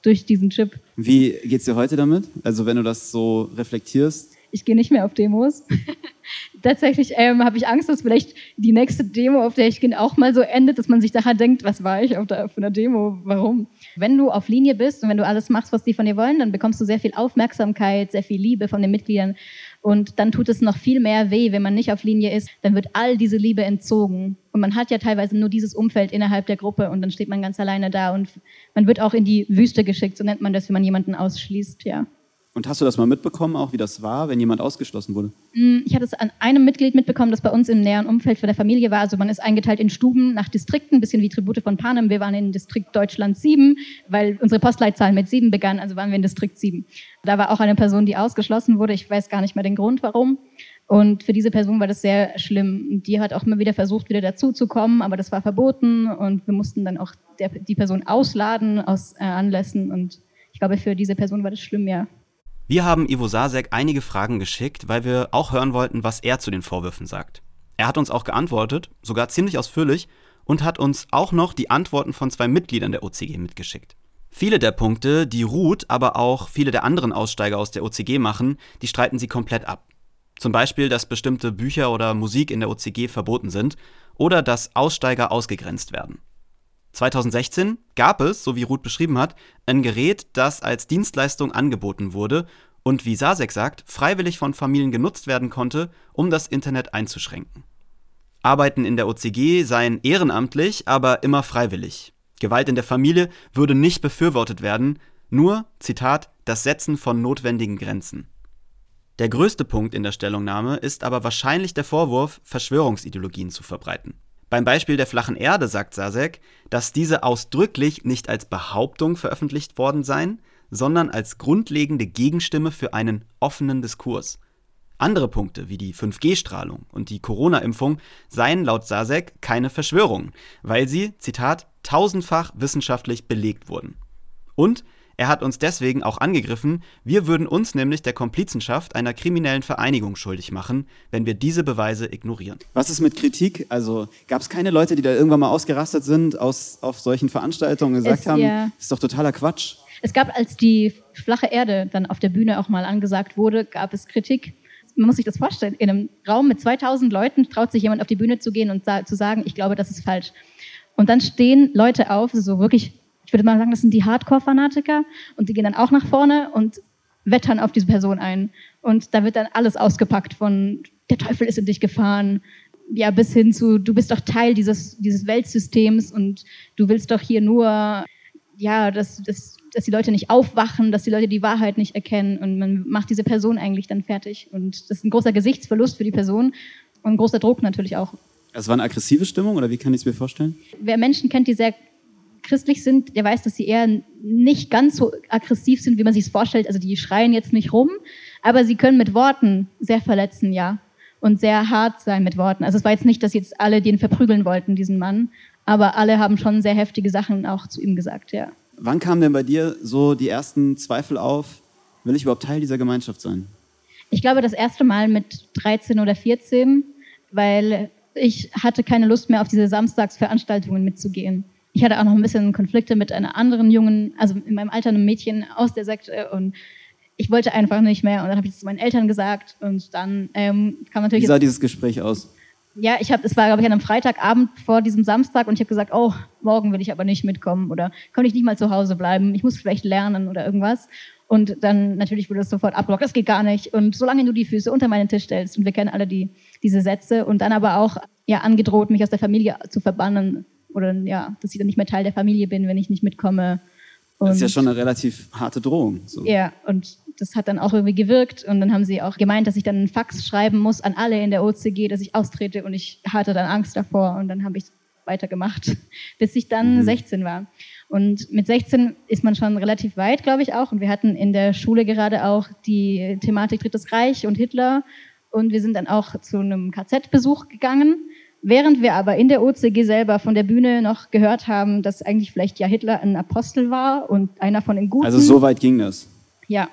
durch diesen Chip. Wie geht's dir heute damit? Also wenn du das so reflektierst? Ich gehe nicht mehr auf Demos. Tatsächlich ähm, habe ich Angst, dass vielleicht die nächste Demo, auf der ich gehe, auch mal so endet, dass man sich daher denkt, was war ich auf, der, auf einer Demo, warum? Wenn du auf Linie bist und wenn du alles machst, was die von dir wollen, dann bekommst du sehr viel Aufmerksamkeit, sehr viel Liebe von den Mitgliedern und dann tut es noch viel mehr weh, wenn man nicht auf Linie ist, dann wird all diese Liebe entzogen und man hat ja teilweise nur dieses Umfeld innerhalb der Gruppe und dann steht man ganz alleine da und man wird auch in die Wüste geschickt, so nennt man das, wenn man jemanden ausschließt, ja. Und hast du das mal mitbekommen, auch wie das war, wenn jemand ausgeschlossen wurde? Ich hatte es an einem Mitglied mitbekommen, das bei uns im näheren Umfeld für der Familie war. Also man ist eingeteilt in Stuben nach Distrikten, ein bisschen wie Tribute von Panem. Wir waren in Distrikt Deutschland sieben, weil unsere Postleitzahl mit sieben begann, also waren wir in Distrikt sieben. Da war auch eine Person, die ausgeschlossen wurde. Ich weiß gar nicht mehr den Grund, warum. Und für diese Person war das sehr schlimm. Die hat auch immer wieder versucht, wieder dazuzukommen, aber das war verboten und wir mussten dann auch der, die Person ausladen aus äh, Anlässen. Und ich glaube, für diese Person war das schlimm, ja. Wir haben Ivo Sasek einige Fragen geschickt, weil wir auch hören wollten, was er zu den Vorwürfen sagt. Er hat uns auch geantwortet, sogar ziemlich ausführlich, und hat uns auch noch die Antworten von zwei Mitgliedern der O C G mitgeschickt. Viele der Punkte, die Ruth, aber auch viele der anderen Aussteiger aus der O C G machen, die streiten sie komplett ab. Zum Beispiel, dass bestimmte Bücher oder Musik in der O C G verboten sind oder dass Aussteiger ausgegrenzt werden. zweitausendsechzehn gab es, so wie Ruth beschrieben hat, ein Gerät, das als Dienstleistung angeboten wurde und, wie Sasek sagt, freiwillig von Familien genutzt werden konnte, um das Internet einzuschränken. Arbeiten in der O C G seien ehrenamtlich, aber immer freiwillig. Gewalt in der Familie würde nicht befürwortet werden, nur, Zitat, das Setzen von notwendigen Grenzen. Der größte Punkt in der Stellungnahme ist aber wahrscheinlich der Vorwurf, Verschwörungsideologien zu verbreiten. Beim Beispiel der flachen Erde sagt Sasek, dass diese ausdrücklich nicht als Behauptung veröffentlicht worden seien, sondern als grundlegende Gegenstimme für einen offenen Diskurs. Andere Punkte wie die fünf G Strahlung und die Corona-Impfung seien laut Sasek keine Verschwörungen, weil sie, Zitat, tausendfach wissenschaftlich belegt wurden. Und er hat uns deswegen auch angegriffen, wir würden uns nämlich der Komplizenschaft einer kriminellen Vereinigung schuldig machen, wenn wir diese Beweise ignorieren. Was ist mit Kritik? Also gab es keine Leute, die da irgendwann mal ausgerastet sind aus, auf solchen Veranstaltungen und gesagt es, haben, ja. das ist doch totaler Quatsch? Es gab, als die flache Erde dann auf der Bühne auch mal angesagt wurde, gab es Kritik. Man muss sich das vorstellen, in einem Raum mit zweitausend Leuten traut sich jemand auf die Bühne zu gehen und sa- zu sagen, ich glaube, das ist falsch. Und dann stehen Leute auf, so wirklich, ich würde mal sagen, das sind die Hardcore-Fanatiker und die gehen dann auch nach vorne und wettern auf diese Person ein. Und da wird dann alles ausgepackt von, der Teufel ist in dich gefahren, ja, bis hin zu, du bist doch Teil dieses, dieses Weltsystems und du willst doch hier nur, ja, dass, dass, dass die Leute nicht aufwachen, dass die Leute die Wahrheit nicht erkennen und man macht diese Person eigentlich dann fertig. Und das ist ein großer Gesichtsverlust für die Person und ein großer Druck natürlich auch. Es war eine aggressive Stimmung oder wie kann ich es mir vorstellen? Wer Menschen kennt, die sehr christlich sind, der weiß, dass sie eher nicht ganz so aggressiv sind, wie man sich es vorstellt. Also die schreien jetzt nicht rum, aber sie können mit Worten sehr verletzen, ja. Und sehr hart sein mit Worten. Also es war jetzt nicht, dass jetzt alle den verprügeln wollten, diesen Mann, aber alle haben schon sehr heftige Sachen auch zu ihm gesagt, ja. Wann kamen denn bei dir so die ersten Zweifel auf, will ich überhaupt Teil dieser Gemeinschaft sein? Ich glaube, das erste Mal mit dreizehn oder vierzehn, weil ich hatte keine Lust mehr, auf diese Samstagsveranstaltungen mitzugehen. Ich hatte auch noch ein bisschen Konflikte mit einer anderen jungen, also in meinem Alter einem Mädchen aus der Sekte und ich wollte einfach nicht mehr. Und dann habe ich das zu meinen Eltern gesagt und dann ähm, kam natürlich... Wie sah dieses Gespräch aus? Ja, ich habe, es war, glaube ich, an einem Freitagabend vor diesem Samstag und ich habe gesagt, oh, morgen will ich aber nicht mitkommen oder kann ich nicht mal zu Hause bleiben, ich muss vielleicht lernen oder irgendwas. Und dann natürlich wurde es sofort abgelockt, das geht gar nicht. Und solange du die Füße unter meinen Tisch stellst, und wir kennen alle die, diese Sätze, und dann aber auch ja, angedroht, mich aus der Familie zu verbannen oder ja, dass ich dann nicht mehr Teil der Familie bin, wenn ich nicht mitkomme. Und das ist ja schon eine relativ harte Drohung. So. Ja, und das hat dann auch irgendwie gewirkt und dann haben sie auch gemeint, dass ich dann einen Fax schreiben muss an alle in der O C G, dass ich austrete und ich hatte dann Angst davor und dann habe ich weitergemacht, bis ich dann mhm. sechzehn war. Und mit sechzehn ist man schon relativ weit, glaube ich auch, und wir hatten in der Schule gerade auch die Thematik Drittes Reich und Hitler und wir sind dann auch zu einem K Z-Besuch gegangen, während wir aber in der O C G selber von der Bühne noch gehört haben, dass eigentlich vielleicht ja Hitler ein Apostel war und einer von den Guten. Also so weit ging das? Ja.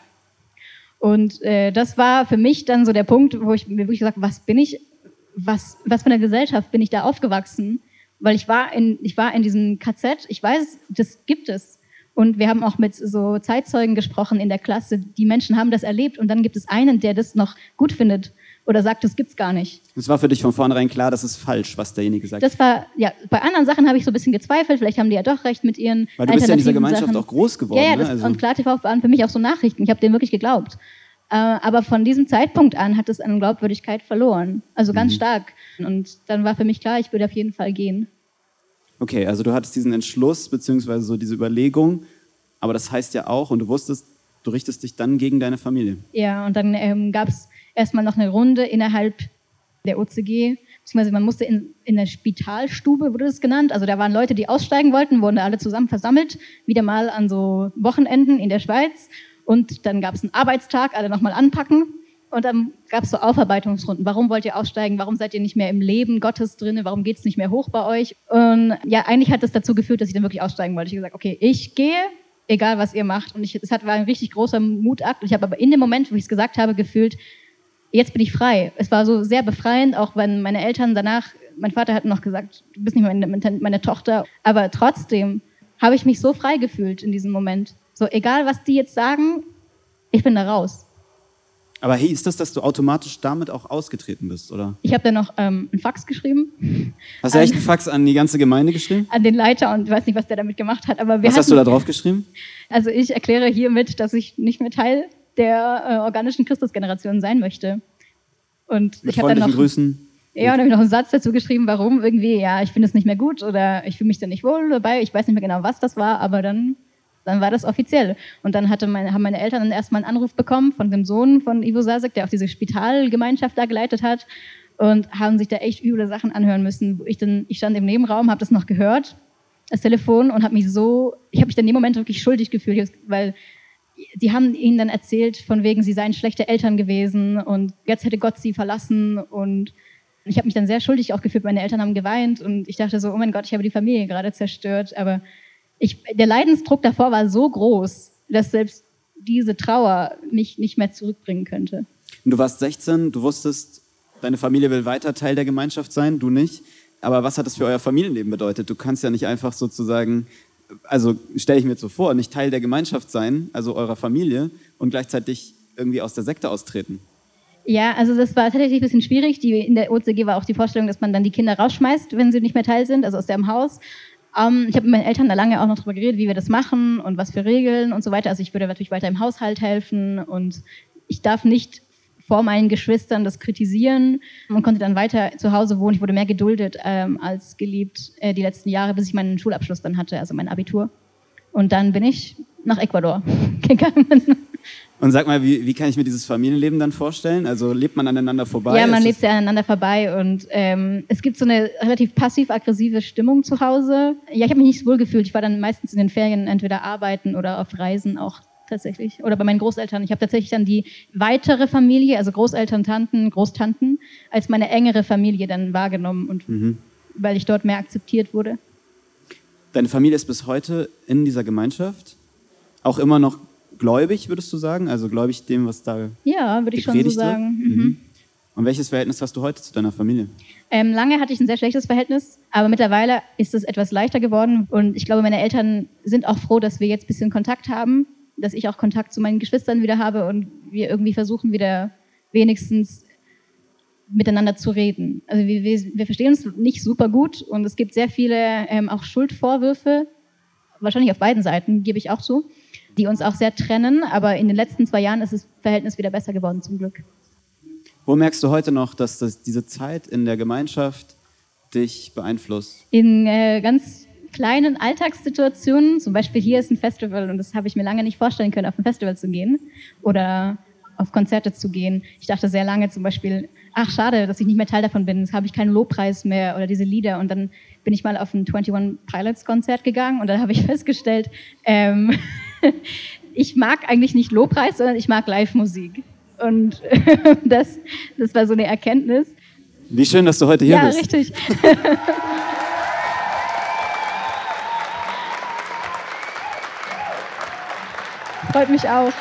Und äh, das war für mich dann so der Punkt, wo ich mir wirklich gesagt habe, was bin ich, was, was für eine Gesellschaft bin ich da aufgewachsen? Weil ich war in, ich war in diesem K Z, ich weiß, das gibt es. Und wir haben auch mit so Zeitzeugen gesprochen in der Klasse. Die Menschen haben das erlebt und dann gibt es einen, der das noch gut findet oder sagt, das gibt's gar nicht. Es war für dich von vornherein klar, das ist falsch, was derjenige sagt. Das war, ja, bei anderen Sachen habe ich so ein bisschen gezweifelt. Vielleicht haben die ja doch recht mit ihren Weil du bist ja in dieser Gemeinschaft Sachen. auch groß geworden. Ja, ja, das, ne? also und KlarTV waren für mich auch so Nachrichten. Ich habe denen wirklich geglaubt. Äh, aber von diesem Zeitpunkt an hat es an Glaubwürdigkeit verloren. Also ganz mhm. stark. Und dann war für mich klar, ich würde auf jeden Fall gehen. Okay, also du hattest diesen Entschluss, beziehungsweise so diese Überlegung, aber das heißt ja auch, und du wusstest, du richtest dich dann gegen deine Familie. Ja, und dann ähm, gab es erstmal noch eine Runde innerhalb der O C G, beziehungsweise man musste in, in der Spitalstube, wurde das genannt, also da waren Leute, die aussteigen wollten, wurden da alle zusammen versammelt, wieder mal an so Wochenenden in der Schweiz und dann gab es einen Arbeitstag, alle nochmal anpacken. Und dann gab es so Aufarbeitungsrunden. Warum wollt ihr aussteigen? Warum seid ihr nicht mehr im Leben Gottes drin? Warum geht es nicht mehr hoch bei euch? Und ja, eigentlich hat das dazu geführt, dass ich dann wirklich aussteigen wollte. Ich habe gesagt, okay, ich gehe, egal was ihr macht. Und ich, es hat, war ein richtig großer Mutakt. Ich habe aber in dem Moment, wo ich es gesagt habe, gefühlt, jetzt bin ich frei. Es war so sehr befreiend, auch wenn meine Eltern danach, mein Vater hat noch gesagt, du bist nicht mehr meine, meine Tochter. Aber trotzdem habe ich mich so frei gefühlt in diesem Moment. So, egal was die jetzt sagen, ich bin da raus. Aber hieß das, dass du automatisch damit auch ausgetreten bist, oder? Ich habe dann noch ähm, einen Fax geschrieben. Hast du echt einen Fax an die ganze Gemeinde geschrieben? An den Leiter und ich weiß nicht, was der damit gemacht hat. Aber wir was hatten, hast du da drauf geschrieben? Also ich erkläre hiermit, dass ich nicht mehr Teil der äh, organischen Christusgeneration sein möchte. Und Mit ich habe dann noch Grüßen. Ja, und habe ich noch einen Satz dazu geschrieben, warum irgendwie, ja, ich finde es nicht mehr gut oder ich fühle mich da nicht wohl dabei. Ich weiß nicht mehr genau, was das war, aber dann... Dann war das offiziell. Und dann hatte meine, haben meine Eltern dann erstmal einen Anruf bekommen von dem Sohn von Ivo Sasek, der auch diese Spitalgemeinschaft da geleitet hat. Und haben sich da echt üble Sachen anhören müssen. Ich, dann, ich stand im Nebenraum, habe das noch gehört, das Telefon, und habe mich so, ich habe mich dann in dem Moment wirklich schuldig gefühlt, weil die haben ihnen dann erzählt, von wegen, sie seien schlechte Eltern gewesen und jetzt hätte Gott sie verlassen. Und ich habe mich dann sehr schuldig auch gefühlt. Meine Eltern haben geweint und ich dachte so, oh mein Gott, ich habe die Familie gerade zerstört. Aber Ich, der Leidensdruck davor war so groß, dass selbst diese Trauer mich nicht mehr zurückbringen könnte. Und du warst sechzehn, du wusstest, deine Familie will weiter Teil der Gemeinschaft sein, du nicht. Aber was hat das für euer Familienleben bedeutet? Du kannst ja nicht einfach sozusagen, also stelle ich mir jetzt so vor, nicht Teil der Gemeinschaft sein, also eurer Familie, und gleichzeitig irgendwie aus der Sekte austreten. Ja, also das war tatsächlich ein bisschen schwierig. Die, in der O C G war auch die Vorstellung, dass man dann die Kinder rausschmeißt, wenn sie nicht mehr Teil sind, also aus dem Haus. Um, ich habe mit meinen Eltern da lange auch noch drüber geredet, wie wir das machen und was für Regeln und so weiter. Also ich würde natürlich weiter im Haushalt helfen und ich darf nicht vor meinen Geschwistern das kritisieren und konnte dann weiter zu Hause wohnen. Ich wurde mehr geduldet ähm, als geliebt äh, die letzten Jahre, bis ich meinen Schulabschluss dann hatte, also mein Abitur. Und dann bin ich nach Ecuador gegangen. Und sag mal, wie, wie kann ich mir dieses Familienleben dann vorstellen? Also lebt man aneinander vorbei? Ja, man lebt sehr aneinander vorbei und ähm, es gibt so eine relativ passiv-aggressive Stimmung zu Hause. Ja, ich habe mich nicht so wohl gefühlt. Ich war dann meistens in den Ferien entweder arbeiten oder auf Reisen auch tatsächlich. Oder bei meinen Großeltern. Ich habe tatsächlich dann die weitere Familie, also Großeltern, Tanten, Großtanten, als meine engere Familie dann wahrgenommen und mhm. weil ich dort mehr akzeptiert wurde. Deine Familie ist bis heute in dieser Gemeinschaft? Auch immer noch gläubig, würdest du sagen? Also gläubig dem, was da Ja, würde ich schon so sagen. Mhm. Und welches Verhältnis hast du heute zu deiner Familie? Ähm, lange hatte ich ein sehr schlechtes Verhältnis, aber mittlerweile ist es etwas leichter geworden. Und ich glaube, meine Eltern sind auch froh, dass wir jetzt ein bisschen Kontakt haben, dass ich auch Kontakt zu meinen Geschwistern wieder habe und wir irgendwie versuchen, wieder wenigstens miteinander zu reden. Also wir, wir, wir verstehen uns nicht super gut und es gibt sehr viele ähm, auch Schuldvorwürfe, wahrscheinlich auf beiden Seiten, gebe ich auch zu, die uns auch sehr trennen, aber in den letzten zwei Jahren ist das Verhältnis wieder besser geworden, zum Glück. Wo merkst du heute noch, dass das, diese Zeit in der Gemeinschaft dich beeinflusst? In äh, ganz kleinen Alltagssituationen, zum Beispiel hier ist ein Festival und das habe ich mir lange nicht vorstellen können, auf ein Festival zu gehen oder auf Konzerte zu gehen. Ich dachte sehr lange zum Beispiel, ach schade, dass ich nicht mehr Teil davon bin, jetzt habe ich keinen Lobpreis mehr oder diese Lieder. Und dann bin ich mal auf ein einundzwanzig Pilots Konzert gegangen und dann habe ich festgestellt, ähm, ich mag eigentlich nicht Lobpreis, sondern ich mag Live-Musik. Und das, das war so eine Erkenntnis. Wie schön, dass du heute hier ja, bist. Ja, richtig. Freut mich auch.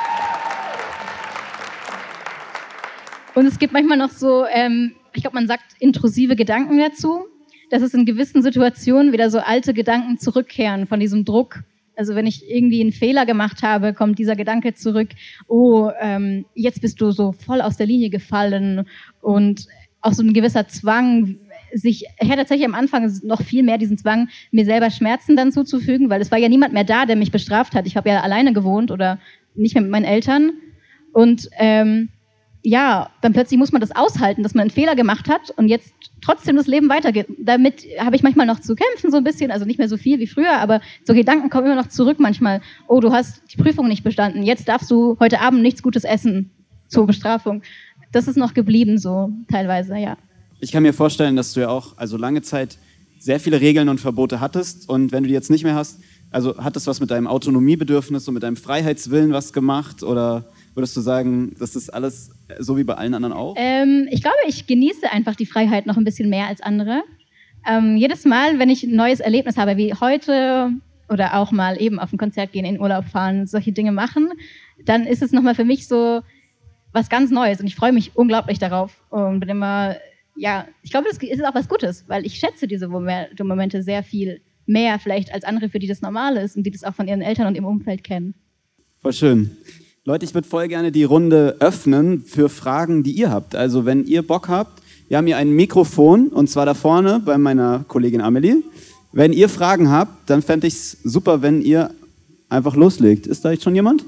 Und es gibt manchmal noch so, ähm, ich glaube, man sagt intrusive Gedanken dazu, dass es in gewissen Situationen wieder so alte Gedanken zurückkehren von diesem Druck. Also wenn ich irgendwie einen Fehler gemacht habe, kommt dieser Gedanke zurück, oh, ähm, jetzt bist du so voll aus der Linie gefallen und auch so ein gewisser Zwang, sich, ich hatte tatsächlich am Anfang noch viel mehr diesen Zwang, mir selber Schmerzen dann zuzufügen, weil es war ja niemand mehr da, der mich bestraft hat. Ich habe ja alleine gewohnt oder nicht mehr mit meinen Eltern und ähm, ja, dann plötzlich muss man das aushalten, dass man einen Fehler gemacht hat und jetzt trotzdem das Leben weitergeht. Damit habe ich manchmal noch zu kämpfen, so ein bisschen, also nicht mehr so viel wie früher, aber so Gedanken kommen immer noch zurück manchmal. Oh, du hast die Prüfung nicht bestanden, jetzt darfst du heute Abend nichts Gutes essen zur Bestrafung. Das ist noch geblieben so teilweise, ja. Ich kann mir vorstellen, dass du ja auch also lange Zeit sehr viele Regeln und Verbote hattest und wenn du die jetzt nicht mehr hast, also hat das was mit deinem Autonomiebedürfnis und mit deinem Freiheitswillen was gemacht oder würdest du sagen, das ist alles so wie bei allen anderen auch? Ähm, ich glaube, ich genieße einfach die Freiheit noch ein bisschen mehr als andere. Ähm, jedes Mal, wenn ich ein neues Erlebnis habe, wie heute oder auch mal eben auf ein Konzert gehen, in Urlaub fahren, solche Dinge machen, dann ist es nochmal für mich so was ganz Neues und ich freue mich unglaublich darauf und bin immer, ja, ich glaube, das ist auch was Gutes, weil ich schätze diese Momente sehr viel mehr vielleicht als andere, für die das normal ist und die das auch von ihren Eltern und ihrem Umfeld kennen. Voll schön. Leute, ich würde voll gerne die Runde öffnen für Fragen, die ihr habt. Also wenn ihr Bock habt, wir haben hier ein Mikrofon und zwar da vorne bei meiner Kollegin Amelie. Wenn ihr Fragen habt, dann fände ich es super, wenn ihr einfach loslegt. Ist da jetzt schon jemand?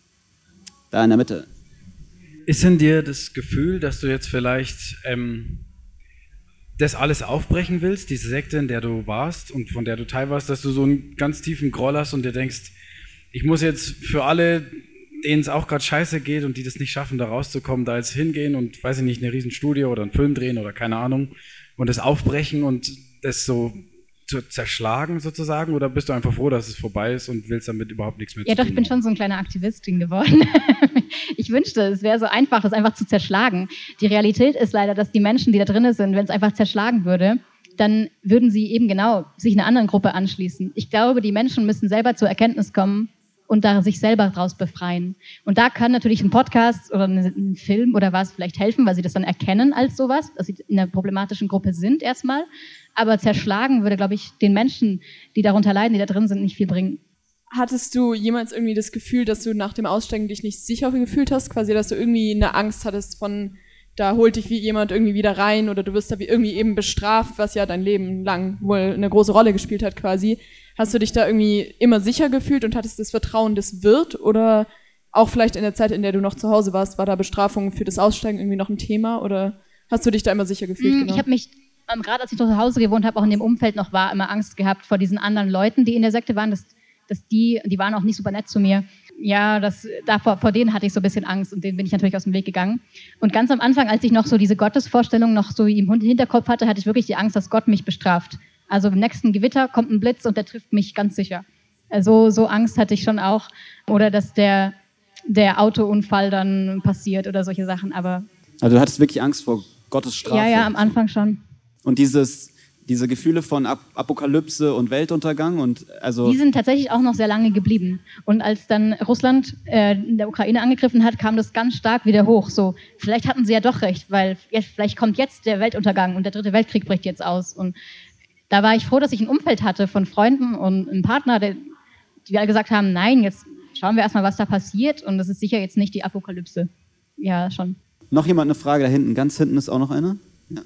Da in der Mitte. Ist in dir das Gefühl, dass du jetzt vielleicht ähm, das alles aufbrechen willst, diese Sekte, in der du warst und von der du Teil warst, dass du so einen ganz tiefen Groll hast und dir denkst, ich muss jetzt für alle, denen es auch gerade scheiße geht und die das nicht schaffen, da rauszukommen, da jetzt hingehen und, weiß ich nicht, eine Riesenstudie oder einen Film drehen oder keine Ahnung und das aufbrechen und das so zu zerschlagen sozusagen? Oder bist du einfach froh, dass es vorbei ist und willst damit überhaupt nichts mehr ja, zu tun? Ja doch, ich bin schon so ein kleiner Aktivistin geworden. Ich wünschte, es wäre so einfach, das einfach zu zerschlagen. Die Realität ist leider, dass die Menschen, die da drin sind, wenn es einfach zerschlagen würde, dann würden sie eben genau sich einer anderen Gruppe anschließen. Ich glaube, die Menschen müssen selber zur Erkenntnis kommen, und da sich selber draus befreien. Und da kann natürlich ein Podcast oder ein Film oder was vielleicht helfen, weil sie das dann erkennen als sowas, dass sie in einer problematischen Gruppe sind erstmal. Aber zerschlagen würde, glaube ich, den Menschen, die darunter leiden, die da drin sind, nicht viel bringen. Hattest du jemals irgendwie das Gefühl, dass du nach dem Aussteigen dich nicht sicher gefühlt hast? Quasi, dass du irgendwie eine Angst hattest von, da holt dich wie jemand irgendwie wieder rein oder du wirst da wie irgendwie eben bestraft, was ja dein Leben lang wohl eine große Rolle gespielt hat quasi. Hast du dich da irgendwie immer sicher gefühlt und hattest das Vertrauen, das wird? Oder auch vielleicht in der Zeit, in der du noch zu Hause warst, war da Bestrafung für das Aussteigen irgendwie noch ein Thema? Oder hast du dich da immer sicher gefühlt? Mm, genau? Ich habe mich, ähm, gerade als ich zu Hause gewohnt habe, auch in dem Umfeld noch war, immer Angst gehabt vor diesen anderen Leuten, die in der Sekte waren. Dass, dass die, die waren auch nicht super nett zu mir. Ja, das, davor, vor denen hatte ich so ein bisschen Angst und denen bin ich natürlich aus dem Weg gegangen. Und ganz am Anfang, als ich noch so diese Gottesvorstellung noch so im Hinterkopf hatte, hatte ich wirklich die Angst, dass Gott mich bestraft. Also im nächsten Gewitter kommt ein Blitz und der trifft mich ganz sicher. Also so Angst hatte ich schon auch. Oder dass der, der Autounfall dann passiert oder solche Sachen. Aber also du hattest wirklich Angst vor Gottes Strafe? Ja, ja, am Anfang schon. Und dieses, diese Gefühle von Ap- Apokalypse und Weltuntergang? Und also die sind tatsächlich auch noch sehr lange geblieben. Und als dann Russland äh, in der Ukraine angegriffen hat, kam das ganz stark wieder hoch. So, vielleicht hatten sie ja doch recht, weil jetzt, vielleicht kommt jetzt der Weltuntergang und der dritte Weltkrieg bricht jetzt aus. Und da war ich froh, dass ich ein Umfeld hatte von Freunden und einem Partner, der, die alle gesagt haben, nein, jetzt schauen wir erstmal, was da passiert und das ist sicher jetzt nicht die Apokalypse. Ja, schon. Noch jemand eine Frage da hinten? Ganz hinten ist auch noch eine. Ja.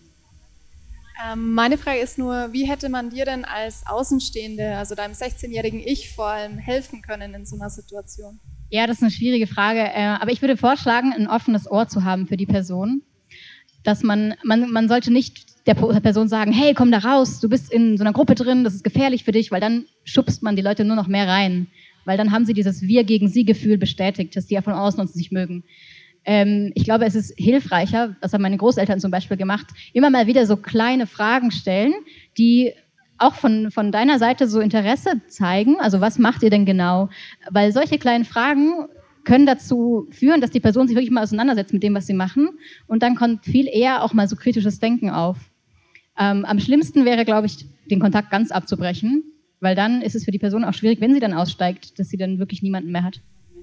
Ähm, meine Frage ist nur, wie hätte man dir denn als Außenstehende, also deinem sechzehnjährigen Ich vor allem, helfen können in so einer Situation? Ja, das ist eine schwierige Frage, äh, aber ich würde vorschlagen, ein offenes Ohr zu haben für die Person. Dass man, man, man sollte nicht der Person sagen, hey, komm da raus, du bist in so einer Gruppe drin, das ist gefährlich für dich, weil dann schubst man die Leute nur noch mehr rein. Weil dann haben sie dieses Wir-gegen-Sie-Gefühl bestätigt, dass die ja von außen uns nicht mögen. Ähm, ich glaube, es ist hilfreicher, das haben meine Großeltern zum Beispiel gemacht, immer mal wieder so kleine Fragen stellen, die auch von, von deiner Seite so Interesse zeigen. Also was macht ihr denn genau? Weil solche kleinen Fragen können dazu führen, dass die Person sich wirklich mal auseinandersetzt mit dem, was sie machen. Und dann kommt viel eher auch mal so kritisches Denken auf. Ähm, am schlimmsten wäre, glaube ich, den Kontakt ganz abzubrechen, weil dann ist es für die Person auch schwierig, wenn sie dann aussteigt, dass sie dann wirklich niemanden mehr hat.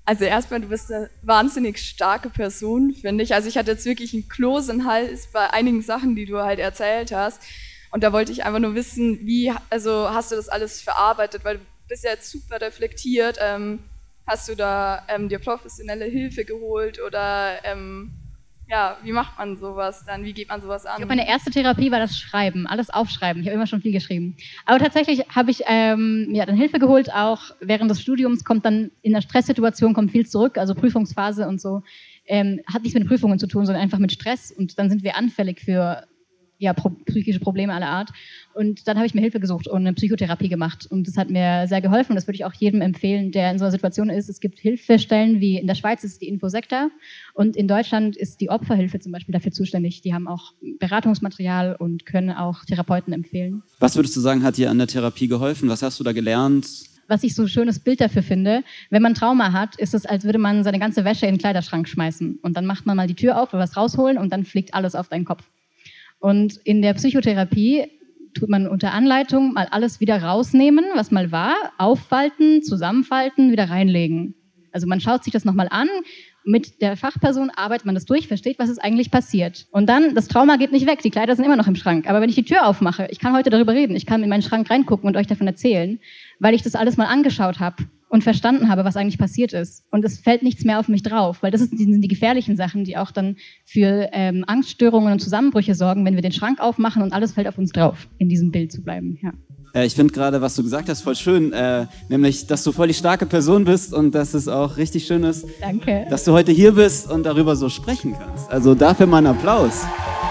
Also erstmal, du bist eine wahnsinnig starke Person, finde ich. Also ich hatte jetzt wirklich einen Kloß im Hals bei einigen Sachen, die du halt erzählt hast. Und da wollte ich einfach nur wissen, wie, also hast du das alles verarbeitet? Weil du bist ja jetzt super reflektiert. Ähm, hast du da ähm, dir professionelle Hilfe geholt oder ähm, ja, wie macht man sowas dann? Wie geht man sowas an? Ich glaube, meine erste Therapie war das Schreiben, alles aufschreiben. Ich habe immer schon viel geschrieben. Aber tatsächlich habe ich ähm, mir dann Hilfe geholt, auch während des Studiums kommt dann in der Stresssituation kommt viel zurück, also Prüfungsphase und so. Ähm, hat nichts mit den Prüfungen zu tun, sondern einfach mit Stress und dann sind wir anfällig für ja, pro- psychische Probleme aller Art. Und dann habe ich mir Hilfe gesucht und eine Psychotherapie gemacht. Und das hat mir sehr geholfen. Das würde ich auch jedem empfehlen, der in so einer Situation ist. Es gibt Hilfestellen, wie in der Schweiz ist die Infosecta und in Deutschland ist die Opferhilfe zum Beispiel dafür zuständig. Die haben auch Beratungsmaterial und können auch Therapeuten empfehlen. Was würdest du sagen, hat dir an der Therapie geholfen? Was hast du da gelernt? Was ich so ein schönes Bild dafür finde, wenn man Trauma hat, ist es, als würde man seine ganze Wäsche in den Kleiderschrank schmeißen. Und dann macht man mal die Tür auf, will was rausholen und dann fliegt alles auf deinen Kopf. Und in der Psychotherapie tut man unter Anleitung mal alles wieder rausnehmen, was mal war, auffalten, zusammenfalten, wieder reinlegen. Also man schaut sich das nochmal an, mit der Fachperson arbeitet man das durch, versteht, was ist eigentlich passiert. Und dann, das Trauma geht nicht weg, die Kleider sind immer noch im Schrank. Aber wenn ich die Tür aufmache, ich kann heute darüber reden, ich kann in meinen Schrank reingucken und euch davon erzählen, weil ich das alles mal angeschaut habe und verstanden habe, was eigentlich passiert ist. Und es fällt nichts mehr auf mich drauf, weil das sind die, die gefährlichen Sachen, die auch dann für ähm, Angststörungen und Zusammenbrüche sorgen, wenn wir den Schrank aufmachen und alles fällt auf uns drauf, in diesem Bild zu bleiben. Ja. Äh, ich finde gerade, was du gesagt hast, voll schön, äh, nämlich, dass du voll die starke Person bist und dass es auch richtig schön ist, Danke. dass du heute hier bist und darüber so sprechen kannst. Also dafür mal einen Applaus.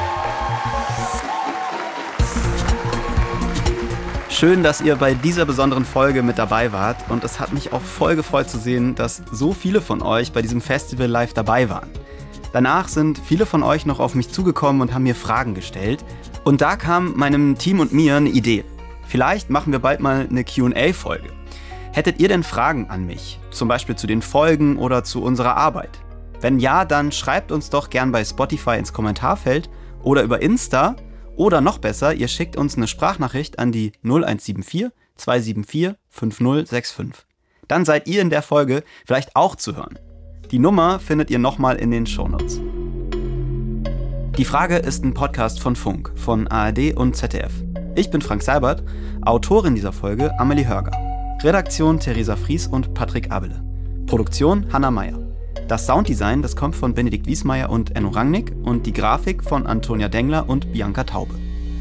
Schön, dass ihr bei dieser besonderen Folge mit dabei wart und es hat mich auch voll gefreut zu sehen, dass so viele von euch bei diesem Festival live dabei waren. Danach sind viele von euch noch auf mich zugekommen und haben mir Fragen gestellt und da kam meinem Team und mir eine Idee. Vielleicht machen wir bald mal eine Q und A-Folge. Hättet ihr denn Fragen an mich, zum Beispiel zu den Folgen oder zu unserer Arbeit? Wenn ja, dann schreibt uns doch gern bei Spotify ins Kommentarfeld oder über Insta. Oder noch besser, ihr schickt uns eine Sprachnachricht an die null eins sieben vier, zwei sieben vier, fünf null sechs fünf. Dann seid ihr in der Folge vielleicht auch zu hören. Die Nummer findet ihr nochmal in den Shownotes. Die Frage ist ein Podcast von Funk, von A R D und Z D F. Ich bin Frank Seibert, Autorin dieser Folge Amelie Hörger. Redaktion Theresa Fries und Patrick Abele. Produktion Hannah Meyer. Das Sounddesign, das kommt von Benedikt Wiesmeier und Enno Rangnick und die Grafik von Antonia Dengler und Bianca Taube.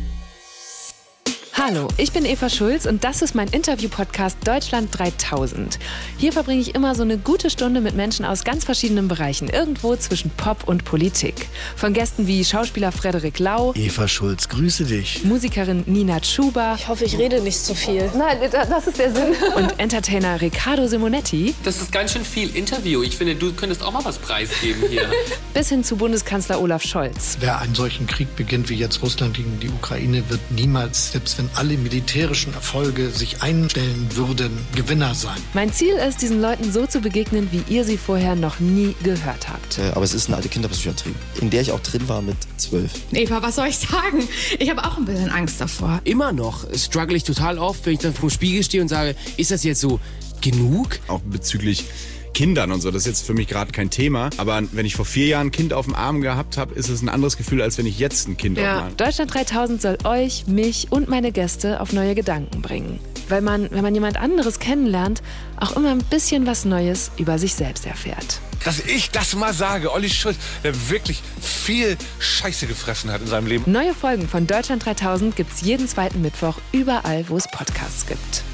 Hallo, ich bin Eva Schulz und das ist mein Interview-Podcast Deutschland dreitausend. Hier verbringe ich immer so eine gute Stunde mit Menschen aus ganz verschiedenen Bereichen, irgendwo zwischen Pop und Politik. Von Gästen wie Schauspieler Frederik Lau, Eva Schulz, grüße dich. Musikerin Nina Tschuba. Ich hoffe, ich rede nicht zu viel. Nein, das ist der Sinn. Und Entertainer Riccardo Simonetti. Das ist ganz schön viel Interview. Ich finde, du könntest auch mal was preisgeben hier. Bis hin zu Bundeskanzler Olaf Scholz. Wer einen solchen Krieg beginnt wie jetzt Russland gegen die Ukraine, wird niemals, selbst wenn alle militärischen Erfolge sich einstellen würden, Gewinner sein. Mein Ziel ist, diesen Leuten so zu begegnen, wie ihr sie vorher noch nie gehört habt. Aber es ist eine alte Kinderpsychiatrie, in der ich auch drin war mit zwölf. Eva, was soll ich sagen? Ich habe auch ein bisschen Angst davor. Immer noch struggle ich total oft, wenn ich dann vor dem Spiegel stehe und sage, ist das jetzt so genug? Auch bezüglich Kindern und so, das ist jetzt für mich gerade kein Thema. Aber wenn ich vor vier Jahren ein Kind auf dem Arm gehabt habe, ist es ein anderes Gefühl, als wenn ich jetzt ein Kind ja. auf dem Arm habe. Deutschland dreitausend soll euch, mich und meine Gäste auf neue Gedanken bringen. Weil man, wenn man jemand anderes kennenlernt, auch immer ein bisschen was Neues über sich selbst erfährt. Dass ich das mal sage, Olli Schulz, der wirklich viel Scheiße gefressen hat in seinem Leben. Neue Folgen von Deutschland dreitausend gibt's jeden zweiten Mittwoch überall, wo es Podcasts gibt.